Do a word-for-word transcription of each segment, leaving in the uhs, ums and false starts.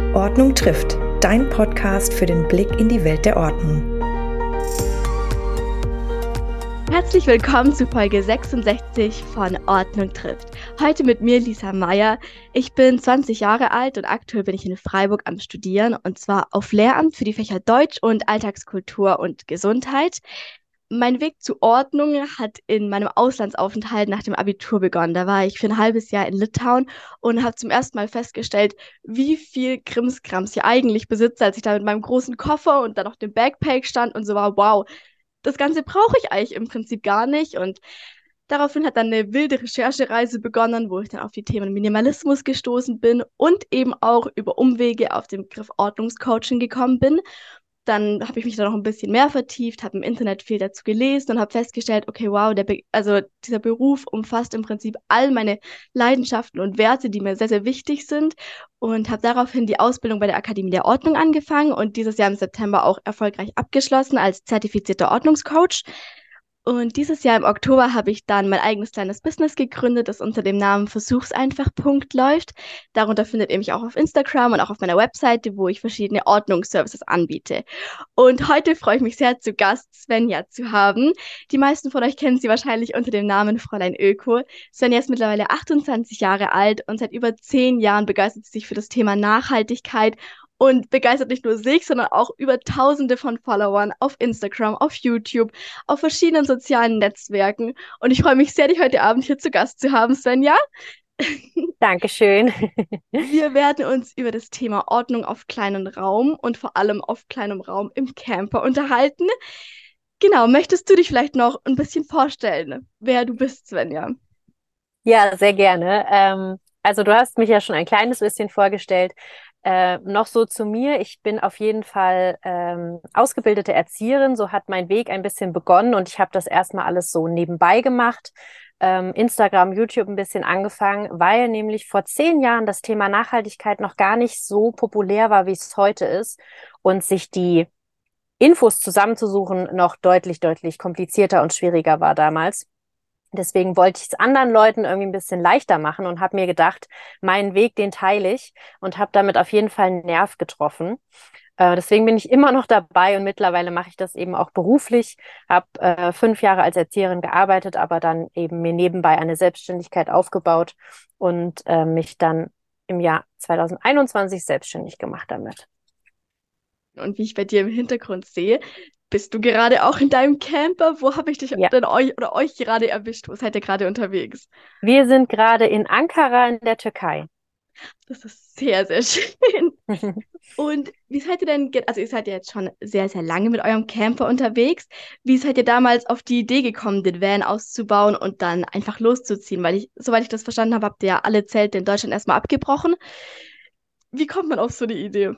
Ordnung trifft, dein Podcast für den Blick in die Welt der Ordnung. Herzlich willkommen zu Folge sechsundsechzig von Ordnung trifft. Heute mit mir Lisa Meyer. Ich bin zwanzig Jahre alt und aktuell bin ich in Freiburg am Studieren und zwar auf Lehramt für die Fächer Deutsch und Alltagskultur und Gesundheit. Mein Weg zur Ordnung hat in meinem Auslandsaufenthalt nach dem Abitur begonnen. Da war ich für ein halbes Jahr in Litauen und habe zum ersten Mal festgestellt, wie viel Krimskrams ich eigentlich besitze, als ich da mit meinem großen Koffer und dann noch dem Backpack stand und so war, wow, das Ganze brauche ich eigentlich im Prinzip gar nicht. Und daraufhin hat dann eine wilde Recherchereise begonnen, wo ich dann auf die Themen Minimalismus gestoßen bin und eben auch über Umwege auf den Begriff Ordnungscoaching gekommen bin. Dann habe ich mich da noch ein bisschen mehr vertieft, habe im Internet viel dazu gelesen und habe festgestellt, okay, wow, der Be- also dieser Beruf umfasst im Prinzip all meine Leidenschaften und Werte, die mir sehr, sehr wichtig sind und habe daraufhin die Ausbildung bei der Akademie der Ordnung angefangen und dieses Jahr im September auch erfolgreich abgeschlossen als zertifizierter Ordnungscoach. Und dieses Jahr im Oktober habe ich dann mein eigenes kleines Business gegründet, das unter dem Namen Versuch's einfach. läuft. Darunter findet ihr mich auch auf Instagram und auch auf meiner Webseite, wo ich verschiedene Ordnungsservices anbiete. Und heute freue ich mich sehr, zu Gast Svenja zu haben. Die meisten von euch kennen sie wahrscheinlich unter dem Namen Fräulein Öko. Svenja ist mittlerweile achtundzwanzig Jahre alt und seit über zehn Jahren begeistert sie sich für das Thema Nachhaltigkeit und begeistert nicht nur sich, sondern auch über Tausende von Followern auf Instagram, auf YouTube, auf verschiedenen sozialen Netzwerken. Und ich freue mich sehr, dich heute Abend hier zu Gast zu haben, Svenja. Dankeschön. Wir werden uns über das Thema Ordnung auf kleinem Raum und vor allem auf kleinem Raum im Camper unterhalten. Genau, möchtest du dich vielleicht noch ein bisschen vorstellen, wer du bist, Svenja? Ja, sehr gerne. Ähm, also du hast mich ja schon ein kleines bisschen vorgestellt. Äh, noch so zu mir. Ich bin auf jeden Fall ähm, ausgebildete Erzieherin. So hat mein Weg ein bisschen begonnen und ich habe das erstmal alles so nebenbei gemacht. Ähm, Instagram, YouTube ein bisschen angefangen, weil nämlich vor zehn Jahren das Thema Nachhaltigkeit noch gar nicht so populär war, wie es heute ist und sich die Infos zusammenzusuchen noch deutlich, deutlich komplizierter und schwieriger war damals. Deswegen wollte ich es anderen Leuten irgendwie ein bisschen leichter machen und habe mir gedacht, meinen Weg, den teile ich und habe damit auf jeden Fall einen Nerv getroffen. Äh, deswegen bin ich immer noch dabei und mittlerweile mache ich das eben auch beruflich. Habe äh, fünf Jahre als Erzieherin gearbeitet, aber dann eben mir nebenbei eine Selbstständigkeit aufgebaut und äh, mich dann im Jahr zwanzig einundzwanzig selbstständig gemacht damit. Und wie ich bei dir im Hintergrund sehe, bist du gerade auch in deinem Camper? Wo habe ich dich Ja, denn euch oder euch gerade erwischt? Wo seid ihr gerade unterwegs? wir sind gerade in Ankara in der Türkei. Das ist sehr, sehr schön. Und wie seid ihr denn, ge- also ihr seid ja jetzt schon sehr, sehr lange mit eurem Camper unterwegs. Wie seid ihr damals auf die Idee gekommen, den Van auszubauen und dann einfach loszuziehen? Weil ich, soweit ich das verstanden habe, habt ihr ja alle Zelte in Deutschland erstmal abgebrochen. Wie kommt man auf so eine Idee?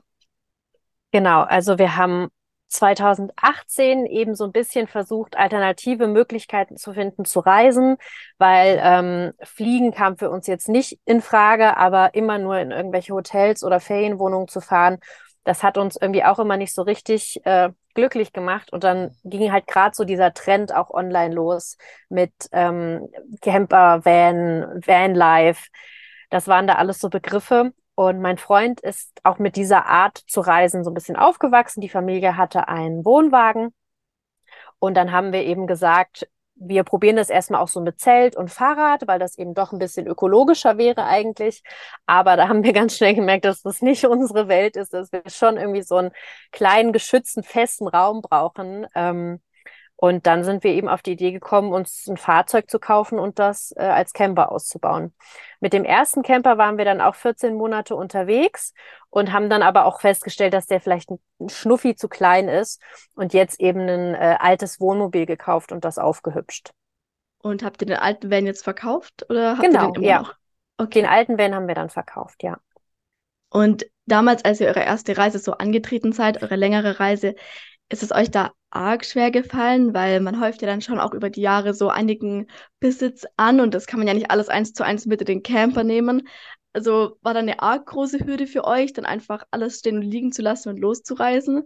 Genau, also wir haben zwanzig achtzehn eben so ein bisschen versucht, alternative Möglichkeiten zu finden, zu reisen, weil ähm, Fliegen kam für uns jetzt nicht in Frage, aber immer nur in irgendwelche Hotels oder Ferienwohnungen zu fahren, das hat uns irgendwie auch immer nicht so richtig äh, glücklich gemacht. Und dann ging halt gerade so dieser Trend auch online los mit ähm, Camper, Van, Vanlife. Das waren da alles so Begriffe. Und mein Freund ist auch mit dieser Art zu reisen so ein bisschen aufgewachsen. Die Familie hatte einen Wohnwagen. Und dann haben wir eben gesagt, wir probieren das erstmal auch so mit Zelt und Fahrrad, weil das eben doch ein bisschen ökologischer wäre eigentlich. Aber da haben wir ganz schnell gemerkt, dass das nicht unsere Welt ist, dass wir schon irgendwie so einen kleinen, geschützten, festen Raum brauchen. Ähm, und dann sind wir eben auf die Idee gekommen, uns ein Fahrzeug zu kaufen und das äh, als Camper auszubauen. Mit dem ersten Camper waren wir dann auch vierzehn Monate unterwegs und haben dann aber auch festgestellt, dass der vielleicht ein Schnuffi zu klein ist und jetzt eben ein äh, altes Wohnmobil gekauft und das aufgehübscht. Und habt ihr den alten Van jetzt verkauft oder habt ihr den Genau, immer ja. noch? Den Okay. alten Van haben wir dann verkauft, ja. Und damals, als ihr eure erste Reise so angetreten seid, eure längere Reise, ist es euch da arg schwer gefallen? Weil man häuft ja dann schon auch über die Jahre so einigen Besitz an und das kann man ja nicht alles eins zu eins mit in den Camper nehmen. Also war da eine arg große Hürde für euch, dann einfach alles stehen und liegen zu lassen und loszureisen?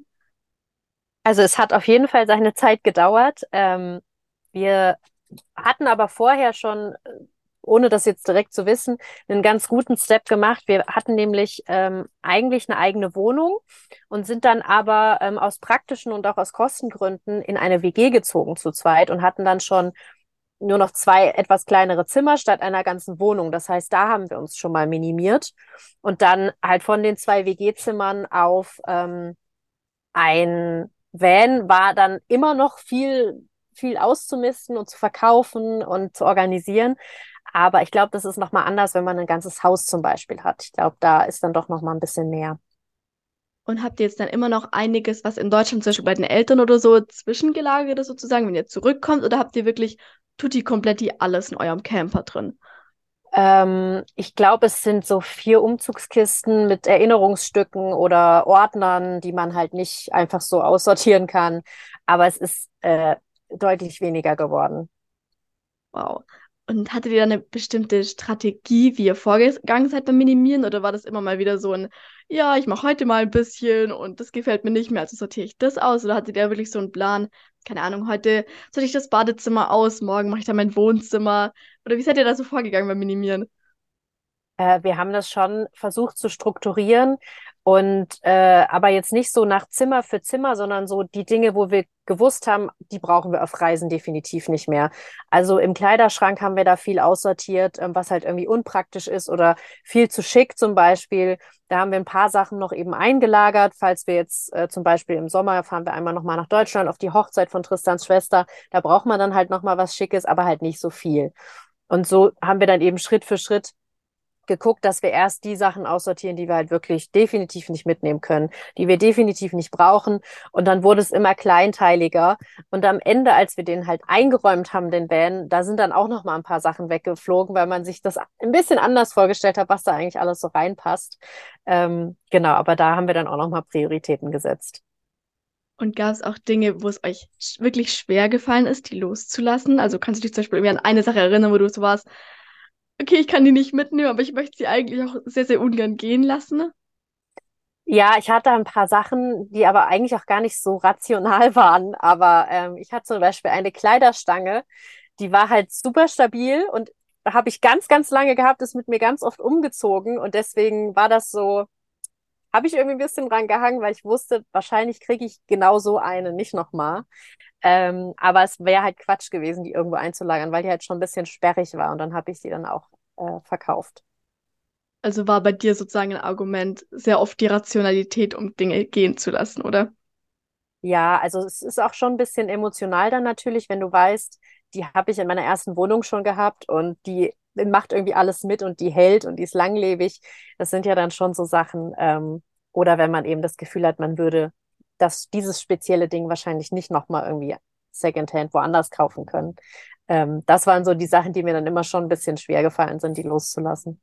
Also es hat auf jeden Fall seine Zeit gedauert. Ähm, wir hatten aber vorher schon ohne das jetzt direkt zu wissen, einen ganz guten Step gemacht. Wir hatten nämlich ähm, eigentlich eine eigene Wohnung und sind dann aber ähm, aus praktischen und auch aus Kostengründen in eine W G gezogen zu zweit und hatten dann schon nur noch zwei etwas kleinere Zimmer statt einer ganzen Wohnung. Das heißt, da haben wir uns schon mal minimiert und dann halt von den zwei W G-Zimmern auf ähm, ein Van war dann immer noch viel, viel auszumisten und zu verkaufen und zu organisieren. Aber ich glaube, das ist nochmal anders, wenn man ein ganzes Haus zum Beispiel hat. Ich glaube, da ist dann doch nochmal ein bisschen mehr. Und habt ihr jetzt dann immer noch einiges, was in Deutschland zum Beispiel bei den Eltern oder so zwischengelagert ist sozusagen, wenn ihr zurückkommt? Oder habt ihr wirklich tutti kompletti alles in eurem Camper drin? Ähm, ich glaube, es sind so vier Umzugskisten mit Erinnerungsstücken oder Ordnern, die man halt nicht einfach so aussortieren kann. Aber es ist äh, deutlich weniger geworden. Wow. Und hattet ihr da eine bestimmte Strategie, wie ihr vorgegangen seid beim Minimieren? Oder war das immer mal wieder so ein, ja, ich mache heute mal ein bisschen und das gefällt mir nicht mehr, also sortiere ich das aus? Oder hattet ihr wirklich so einen Plan? Keine Ahnung, heute sortiere ich das Badezimmer aus, morgen mache ich dann mein Wohnzimmer. Oder wie seid ihr da so vorgegangen beim Minimieren? Äh, wir haben das schon versucht zu strukturieren und äh, aber jetzt nicht so nach Zimmer für Zimmer, sondern so die Dinge, wo wir gewusst haben, die brauchen wir auf Reisen definitiv nicht mehr. Also im Kleiderschrank haben wir da viel aussortiert, ähm, was halt irgendwie unpraktisch ist oder viel zu schick zum Beispiel. Da haben wir ein paar Sachen noch eben eingelagert, falls wir jetzt äh, zum Beispiel im Sommer fahren wir einmal nochmal nach Deutschland auf die Hochzeit von Tristans Schwester. Da braucht man dann halt nochmal was Schickes, aber halt nicht so viel. Und so haben wir dann eben Schritt für Schritt geguckt, dass wir erst die Sachen aussortieren, die wir halt wirklich definitiv nicht mitnehmen können, die wir definitiv nicht brauchen. Und dann wurde es immer kleinteiliger. Und am Ende, als wir den halt eingeräumt haben, den Van, da sind dann auch noch mal ein paar Sachen weggeflogen, weil man sich das ein bisschen anders vorgestellt hat, was da eigentlich alles so reinpasst. Ähm, genau, aber da haben wir dann auch noch mal Prioritäten gesetzt. Und gab es auch Dinge, wo es euch sch- wirklich schwer gefallen ist, die loszulassen? Also kannst du dich zum Beispiel irgendwie an eine Sache erinnern, wo du so warst, okay, ich kann die nicht mitnehmen, aber ich möchte sie eigentlich auch sehr, sehr ungern gehen lassen? Ja, ich hatte ein paar Sachen, die aber eigentlich auch gar nicht so rational waren. Aber ähm, ich hatte zum Beispiel eine Kleiderstange, die war halt super stabil und habe ich ganz, ganz lange gehabt, ist mit mir ganz oft umgezogen und deswegen war das so, habe ich irgendwie ein bisschen dran gehangen, weil ich wusste, wahrscheinlich kriege ich genau so eine nicht nochmal. Ähm, aber es wäre halt Quatsch gewesen, die irgendwo einzulagern, weil die halt schon ein bisschen sperrig war und dann habe ich sie dann auch äh, verkauft. Also war bei dir sozusagen ein Argument sehr oft die Rationalität, um Dinge gehen zu lassen, oder? Ja, also es ist auch schon ein bisschen emotional dann natürlich, wenn du weißt, die habe ich in meiner ersten Wohnung schon gehabt und die macht irgendwie alles mit und die hält und die ist langlebig. Das sind ja dann schon so Sachen. Ähm, oder wenn man eben das Gefühl hat, man würde das, dieses spezielle Ding wahrscheinlich nicht nochmal irgendwie Secondhand woanders kaufen können. Ähm, das waren so die Sachen, die mir dann immer schon ein bisschen schwer gefallen sind, die loszulassen.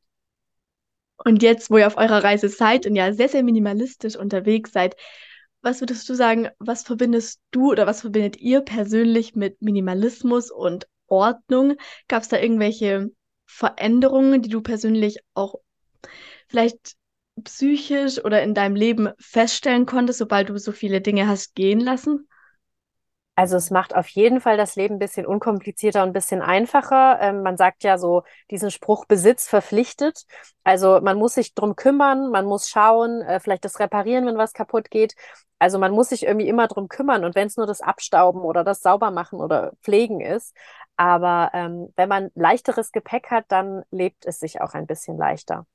Und jetzt, wo ihr auf eurer Reise seid und ja sehr, sehr minimalistisch unterwegs seid, was würdest du sagen, was verbindest du oder was verbindet ihr persönlich mit Minimalismus und Ordnung? Gab es da irgendwelche Veränderungen, die du persönlich auch vielleicht psychisch oder in deinem Leben feststellen konntest, sobald du so viele Dinge hast gehen lassen? Also es macht auf jeden Fall das Leben ein bisschen unkomplizierter und ein bisschen einfacher. Ähm, man sagt ja so diesen Spruch Besitz verpflichtet. Also man muss sich drum kümmern, man muss schauen, äh, vielleicht das reparieren, wenn was kaputt geht. Also man muss sich irgendwie immer drum kümmern und wenn es nur das Abstauben oder das Saubermachen oder Pflegen ist. Aber ähm, wenn man leichteres Gepäck hat, dann lebt es sich auch ein bisschen leichter.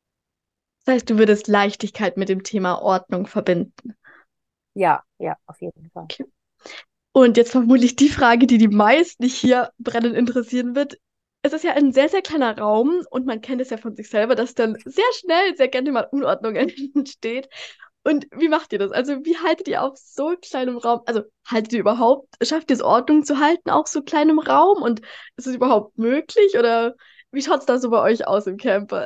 Das heißt, du würdest Leichtigkeit mit dem Thema Ordnung verbinden. Ja, ja, auf jeden Fall. Okay. Und jetzt vermutlich die Frage, die die meisten hier brennend interessieren wird. Es ist ja ein sehr, sehr kleiner Raum und man kennt es ja von sich selber, dass dann sehr schnell, sehr gerne mal Unordnung entsteht. Und wie macht ihr das? Also wie haltet ihr auf so kleinem Raum, also haltet ihr überhaupt, schafft ihr es Ordnung zu halten auf so kleinem Raum? Und ist es überhaupt möglich? Oder wie schaut es da so bei euch aus im Camper?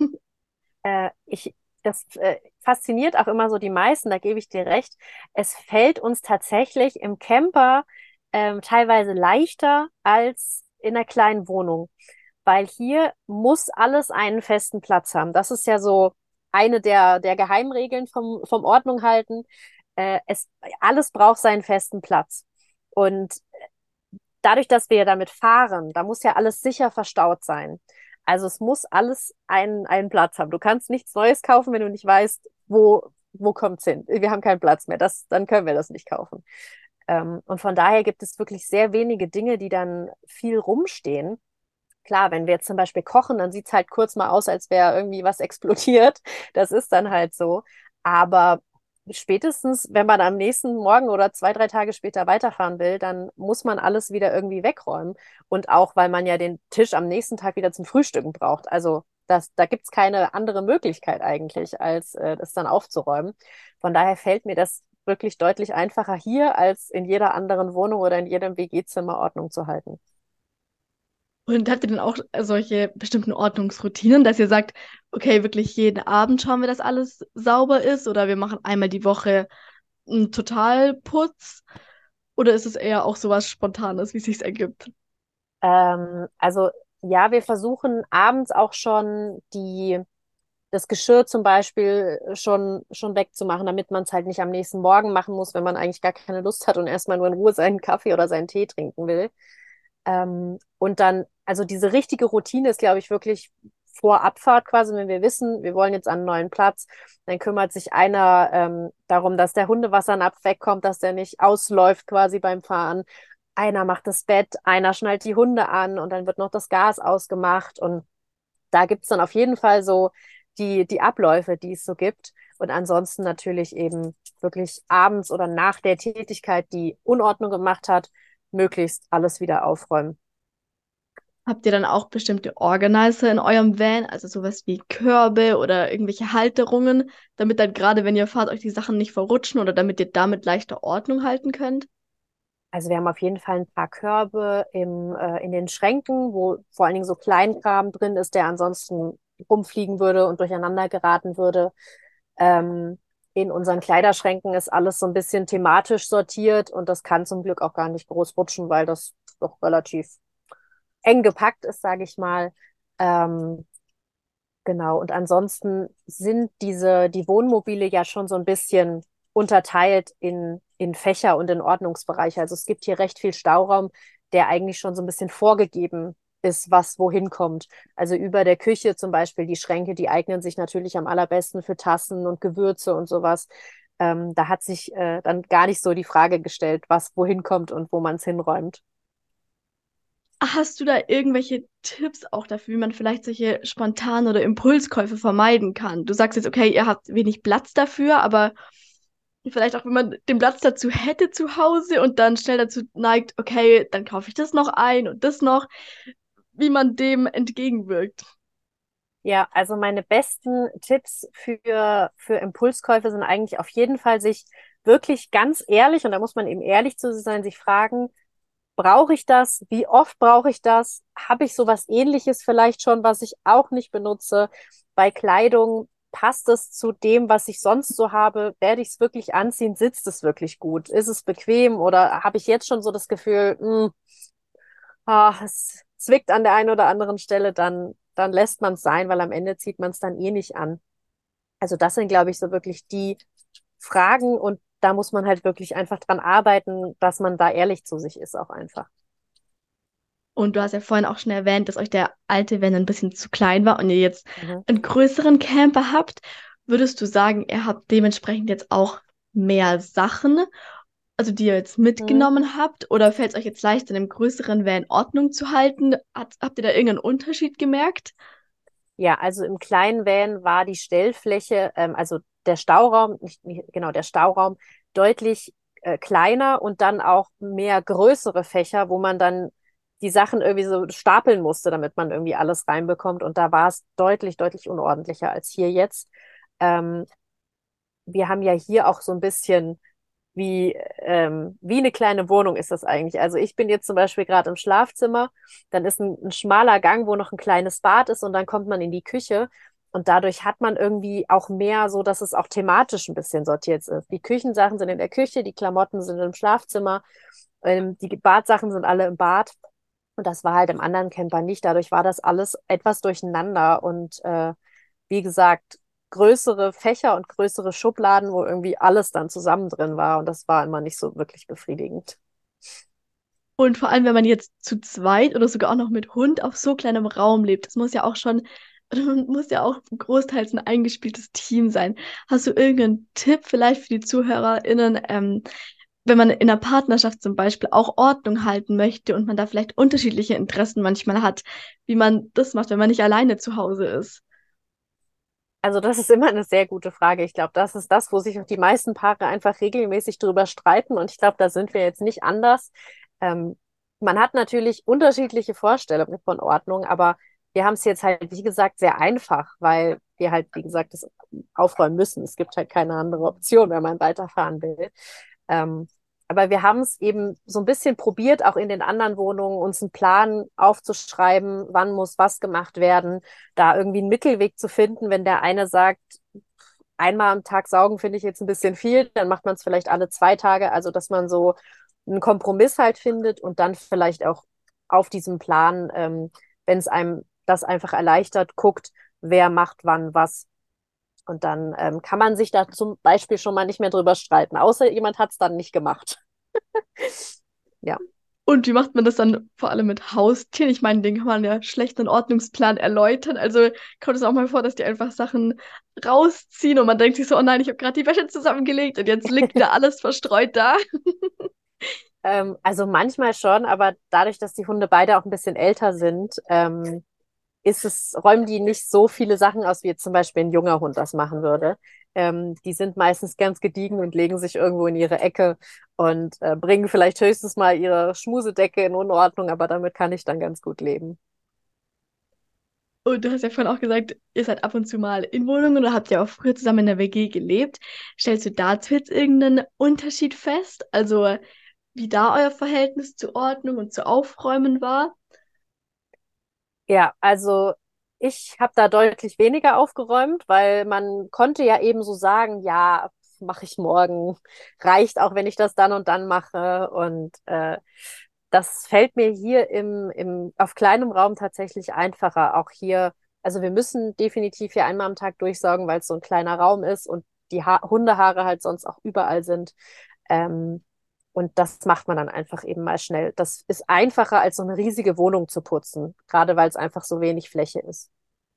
Äh, ich, das äh, fasziniert auch immer so die meisten, da gebe ich dir recht. Es fällt uns tatsächlich im Camper ähm, teilweise leichter als in einer kleinen Wohnung, weil hier muss alles einen festen Platz haben. Das ist ja so eine der, der Geheimregeln vom, vom Ordnung halten. Äh, es, alles braucht seinen festen Platz. Und dadurch, dass wir ja damit fahren, da muss ja alles sicher verstaut sein. Also es muss alles einen, einen Platz haben. Du kannst nichts Neues kaufen, wenn du nicht weißt, wo, wo kommt's hin. Wir haben keinen Platz mehr. Das, dann können wir das nicht kaufen. Ähm, und von daher gibt es wirklich sehr wenige Dinge, die dann viel rumstehen. Klar, wenn wir jetzt zum Beispiel kochen, dann sieht's halt kurz mal aus, als wäre irgendwie was explodiert. Das ist dann halt so. Aber spätestens, wenn man am nächsten Morgen oder zwei, drei Tage später weiterfahren will, dann muss man alles wieder irgendwie wegräumen. Und auch, weil man ja den Tisch am nächsten Tag wieder zum Frühstücken braucht. Also das, da gibt's keine andere Möglichkeit eigentlich, als äh, das dann aufzuräumen. Von daher fällt mir das wirklich deutlich einfacher hier, als in jeder anderen Wohnung oder in jedem W G-Zimmer Ordnung zu halten. Und habt ihr dann auch solche bestimmten Ordnungsroutinen, dass ihr sagt, okay, wirklich jeden Abend schauen wir, dass alles sauber ist oder wir machen einmal die Woche einen Totalputz? Oder ist es eher auch sowas Spontanes, wie es sich ergibt? Ähm, also ja, wir versuchen abends auch schon die, das Geschirr zum Beispiel schon, schon wegzumachen, damit man es halt nicht am nächsten Morgen machen muss, wenn man eigentlich gar keine Lust hat und erstmal nur in Ruhe seinen Kaffee oder seinen Tee trinken will. Ähm, und dann, also diese richtige Routine ist, glaube ich, wirklich vor Abfahrt quasi, wenn wir wissen, wir wollen jetzt an einen neuen Platz, dann kümmert sich einer ähm, darum, dass der Hundewassernapf wegkommt, dass der nicht ausläuft quasi beim Fahren. Einer macht das Bett, einer schnallt die Hunde an und dann wird noch das Gas ausgemacht. Und da gibt's dann auf jeden Fall so die, die Abläufe, die es so gibt. Und ansonsten natürlich eben wirklich abends oder nach der Tätigkeit, die Unordnung gemacht hat, möglichst alles wieder aufräumen. Habt ihr dann auch bestimmte Organizer in eurem Van, also sowas wie Körbe oder irgendwelche Halterungen, damit dann gerade, wenn ihr fahrt, euch die Sachen nicht verrutschen oder damit ihr damit leichter Ordnung halten könnt? Also wir haben auf jeden Fall ein paar Körbe im, äh, in den Schränken, wo vor allen Dingen so Kleinkram drin ist, der ansonsten rumfliegen würde und durcheinander geraten würde. Ähm, in unseren Kleiderschränken ist alles so ein bisschen thematisch sortiert und das kann zum Glück auch gar nicht groß rutschen, weil das doch relativ eng gepackt ist, sage ich mal. Ähm, Genau, und ansonsten sind diese, die Wohnmobile ja schon so ein bisschen unterteilt in, in Fächer und in Ordnungsbereiche. Also es gibt hier recht viel Stauraum, der eigentlich schon so ein bisschen vorgegeben ist, was wohin kommt. Also über der Küche zum Beispiel, die Schränke, die eignen sich natürlich am allerbesten für Tassen und Gewürze und sowas. Ähm, da hat sich äh, dann gar nicht so die Frage gestellt, was wohin kommt und wo man es hinräumt. Hast du da irgendwelche Tipps auch dafür, wie man vielleicht solche spontanen oder Impulskäufe vermeiden kann? Du sagst jetzt, okay, ihr habt wenig Platz dafür, aber vielleicht auch, wenn man den Platz dazu hätte zu Hause und dann schnell dazu neigt, okay, dann kaufe ich das noch ein und das noch, wie man dem entgegenwirkt. Ja, also meine besten Tipps für, für Impulskäufe sind eigentlich auf jeden Fall sich wirklich ganz ehrlich, und da muss man eben ehrlich zu sich sein, sich fragen, brauche ich das? Wie oft brauche ich das? Habe ich sowas Ähnliches vielleicht schon, was ich auch nicht benutze? Bei Kleidung, passt es zu dem, was ich sonst so habe? Werde ich es wirklich anziehen? Sitzt es wirklich gut? Ist es bequem? Oder habe ich jetzt schon so das Gefühl, mh, ah, es zwickt an der einen oder anderen Stelle, dann, dann lässt man es sein, weil am Ende zieht man es dann eh nicht an. Also das sind, glaube ich, so wirklich die Fragen und da muss man halt wirklich einfach dran arbeiten, dass man da ehrlich zu sich ist auch einfach. Und du hast ja vorhin auch schon erwähnt, dass euch der alte Van ein bisschen zu klein war und ihr jetzt Mhm. einen größeren Camper habt. Würdest du sagen, ihr habt dementsprechend jetzt auch mehr Sachen, also die ihr jetzt Mhm. mitgenommen habt? Oder fällt es euch jetzt leicht, in einem größeren Van Ordnung zu halten? Hat, habt ihr da irgendeinen Unterschied gemerkt? Ja, also im kleinen Van war die Stellfläche, ähm, also der Stauraum, nicht, nicht genau, der Stauraum deutlich äh, kleiner und dann auch mehr größere Fächer, wo man dann die Sachen irgendwie so stapeln musste, damit man irgendwie alles reinbekommt. Und da war es deutlich, deutlich unordentlicher als hier jetzt. Ähm, Wir haben ja hier auch so ein bisschen wie, ähm, wie eine kleine Wohnung ist das eigentlich. Also ich bin jetzt zum Beispiel gerade im Schlafzimmer, dann ist ein, ein schmaler Gang, wo noch ein kleines Bad ist und dann kommt man in die Küche und dadurch hat man irgendwie auch mehr so, dass es auch thematisch ein bisschen sortiert ist. Die Küchensachen sind in der Küche, die Klamotten sind im Schlafzimmer, ähm, die Badsachen sind alle im Bad. Und das war halt im anderen Camper nicht. Dadurch war das alles etwas durcheinander und äh, wie gesagt, größere Fächer und größere Schubladen, wo irgendwie alles dann zusammen drin war. Und das war immer nicht so wirklich befriedigend. Und vor allem, wenn man jetzt zu zweit oder sogar auch noch mit Hund auf so kleinem Raum lebt, das muss ja auch schon, muss ja auch großteils ein eingespieltes Team sein. Hast du irgendeinen Tipp vielleicht für die ZuhörerInnen, ähm, wenn man in einer Partnerschaft zum Beispiel auch Ordnung halten möchte und man da vielleicht unterschiedliche Interessen manchmal hat, wie man das macht, wenn man nicht alleine zu Hause ist? Also das ist immer eine sehr gute Frage. Ich glaube, das ist das, wo sich auch die meisten Paare einfach regelmäßig drüber streiten. Und ich glaube, da sind wir jetzt nicht anders. Ähm, Man hat natürlich unterschiedliche Vorstellungen von Ordnung, aber wir haben es jetzt halt, wie gesagt, sehr einfach, weil wir halt, wie gesagt, das aufräumen müssen. Es gibt halt keine andere Option, wenn man weiterfahren will. Ähm, aber wir haben es eben so ein bisschen probiert, auch in den anderen Wohnungen, uns einen Plan aufzuschreiben, wann muss was gemacht werden, da irgendwie einen Mittelweg zu finden. Wenn der eine sagt, einmal am Tag saugen finde ich jetzt ein bisschen viel, dann macht man es vielleicht alle zwei Tage. Also, dass man so einen Kompromiss halt findet und dann vielleicht auch auf diesem Plan, ähm, wenn es einem das einfach erleichtert, guckt, wer macht wann was. Und dann ähm, kann man sich da zum Beispiel schon mal nicht mehr drüber streiten, außer jemand hat es dann nicht gemacht. Ja. Und wie macht man das dann vor allem mit Haustieren? Ich meine, den kann man ja schlecht einen Ordnungsplan erläutern. Also kommt es auch mal vor, dass die einfach Sachen rausziehen und man denkt sich so, oh nein, ich habe gerade die Wäsche zusammengelegt und jetzt liegt wieder alles verstreut da. Ähm, also manchmal schon, aber dadurch, dass die Hunde beide auch ein bisschen älter sind, ähm, ist es, räumen die nicht so viele Sachen aus, wie jetzt zum Beispiel ein junger Hund das machen würde. Ähm, die sind meistens ganz gediegen und legen sich irgendwo in ihre Ecke und äh, bringen vielleicht höchstens mal ihre Schmusedecke in Unordnung, aber damit kann ich dann ganz gut leben. Und du hast ja vorhin auch gesagt, ihr seid ab und zu mal in Wohnungen oder habt ja auch früher zusammen in der W G gelebt. Stellst du dazu jetzt irgendeinen Unterschied fest? Also wie da euer Verhältnis zu Ordnung und zu Aufräumen war? Ja, also ich habe da deutlich weniger aufgeräumt, weil man konnte ja eben so sagen, ja, mache ich morgen, reicht auch, wenn ich das dann und dann mache. Und äh, das fällt mir hier im, im, auf kleinem Raum tatsächlich einfacher. Auch hier, also wir müssen definitiv hier einmal am Tag durchsaugen, weil es so ein kleiner Raum ist und die ha Hundehaare halt sonst auch überall sind. Ähm, und das macht man dann einfach eben mal schnell. Das ist einfacher, als so eine riesige Wohnung zu putzen, gerade weil es einfach so wenig Fläche ist.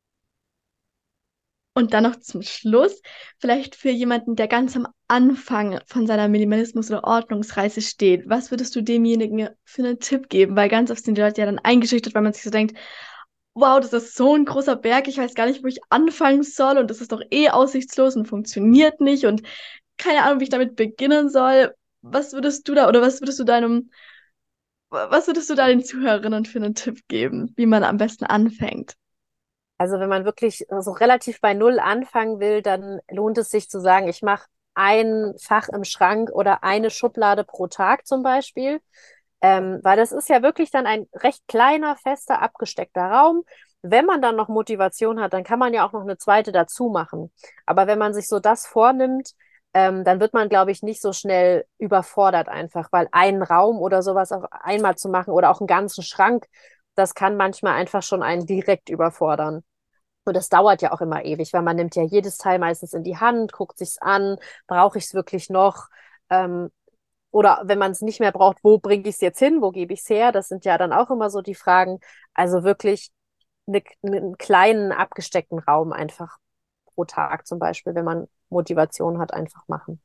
Und dann noch zum Schluss, vielleicht für jemanden, der ganz am Anfang von seiner Minimalismus- oder Ordnungsreise steht, was würdest du demjenigen für einen Tipp geben? Weil ganz oft sind die Leute ja dann eingeschüchtert, weil man sich so denkt, wow, das ist so ein großer Berg, ich weiß gar nicht, wo ich anfangen soll und das ist doch eh aussichtslos und funktioniert nicht und keine Ahnung, wie ich damit beginnen soll. Was würdest du da oder was würdest du deinem, was würdest du da den Zuhörerinnen für einen Tipp geben, wie man am besten anfängt? Also wenn man wirklich so relativ bei Null anfangen will, dann lohnt es sich zu sagen, ich mache ein Fach im Schrank oder eine Schublade pro Tag zum Beispiel. Ähm, weil das ist ja wirklich dann ein recht kleiner, fester, abgesteckter Raum. Wenn man dann noch Motivation hat, dann kann man ja auch noch eine zweite dazu machen. Aber wenn man sich so das vornimmt, ähm, dann wird man, glaube ich, nicht so schnell überfordert einfach, weil einen Raum oder sowas auf einmal zu machen oder auch einen ganzen Schrank, das kann manchmal einfach schon einen direkt überfordern. Und das dauert ja auch immer ewig, weil man nimmt ja jedes Teil meistens in die Hand, guckt sich's an, brauche ich es wirklich noch? Ähm, oder wenn man es nicht mehr braucht, wo bringe ich es jetzt hin? Wo gebe ich es her? Das sind ja dann auch immer so die Fragen. Also wirklich ne, einen kleinen abgesteckten Raum einfach pro Tag zum Beispiel, wenn man Motivation hat, einfach machen.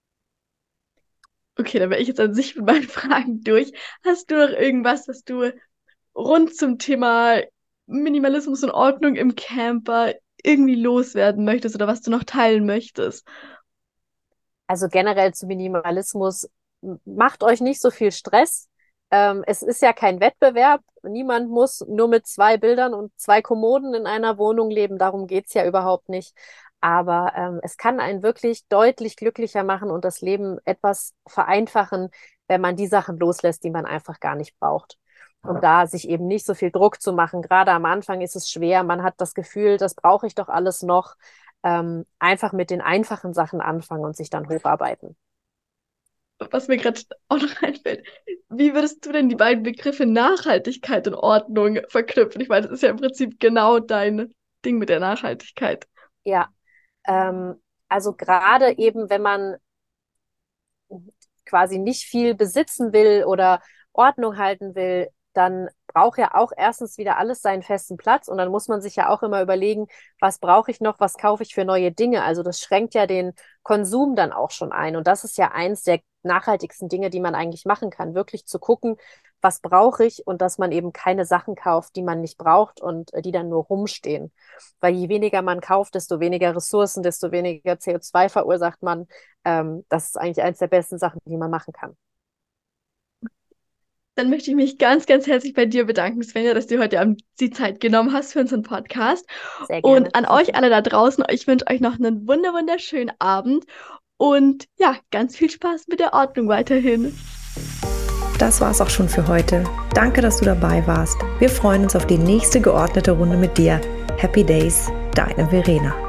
Okay, dann wäre ich jetzt an sich mit meinen Fragen durch. Hast du noch irgendwas, was du rund zum Thema Minimalismus und Ordnung im Camper irgendwie loswerden möchtest oder was du noch teilen möchtest? Also generell zu Minimalismus, m- macht euch nicht so viel Stress. Ähm, es ist ja kein Wettbewerb. Niemand muss nur mit zwei Bildern und zwei Kommoden in einer Wohnung leben. Darum geht's ja überhaupt nicht. Aber ähm, es kann einen wirklich deutlich glücklicher machen und das Leben etwas vereinfachen, wenn man die Sachen loslässt, die man einfach gar nicht braucht. Und da sich eben nicht so viel Druck zu machen. Gerade am Anfang ist es schwer. Man hat das Gefühl, das brauche ich doch alles noch. Ähm, einfach mit den einfachen Sachen anfangen und sich dann hocharbeiten. Was mir gerade auch noch einfällt, wie würdest du denn die beiden Begriffe Nachhaltigkeit und Ordnung verknüpfen? Ich meine, das ist ja im Prinzip genau dein Ding mit der Nachhaltigkeit. Ja, ähm, also gerade eben, wenn man quasi nicht viel besitzen will oder Ordnung halten will, dann braucht ja auch erstens wieder alles seinen festen Platz und dann muss man sich ja auch immer überlegen, was brauche ich noch, was kaufe ich für neue Dinge. Also das schränkt ja den Konsum dann auch schon ein und das ist ja eins der nachhaltigsten Dinge, die man eigentlich machen kann, wirklich zu gucken, was brauche ich und dass man eben keine Sachen kauft, die man nicht braucht und die dann nur rumstehen. Weil je weniger man kauft, desto weniger Ressourcen, desto weniger C O zwei verursacht man. Ähm, das ist eigentlich eins der besten Sachen, die man machen kann. Dann möchte ich mich ganz, ganz herzlich bei dir bedanken, Svenja, dass du heute Abend die Zeit genommen hast für unseren Podcast. Sehr gerne. Und an euch alle da draußen, ich wünsche euch noch einen wunder wunderschönen Abend und ja, ganz viel Spaß mit der Ordnung weiterhin. Das war's auch schon für heute. Danke, dass du dabei warst. Wir freuen uns auf die nächste geordnete Runde mit dir. Happy Days, deine Verena.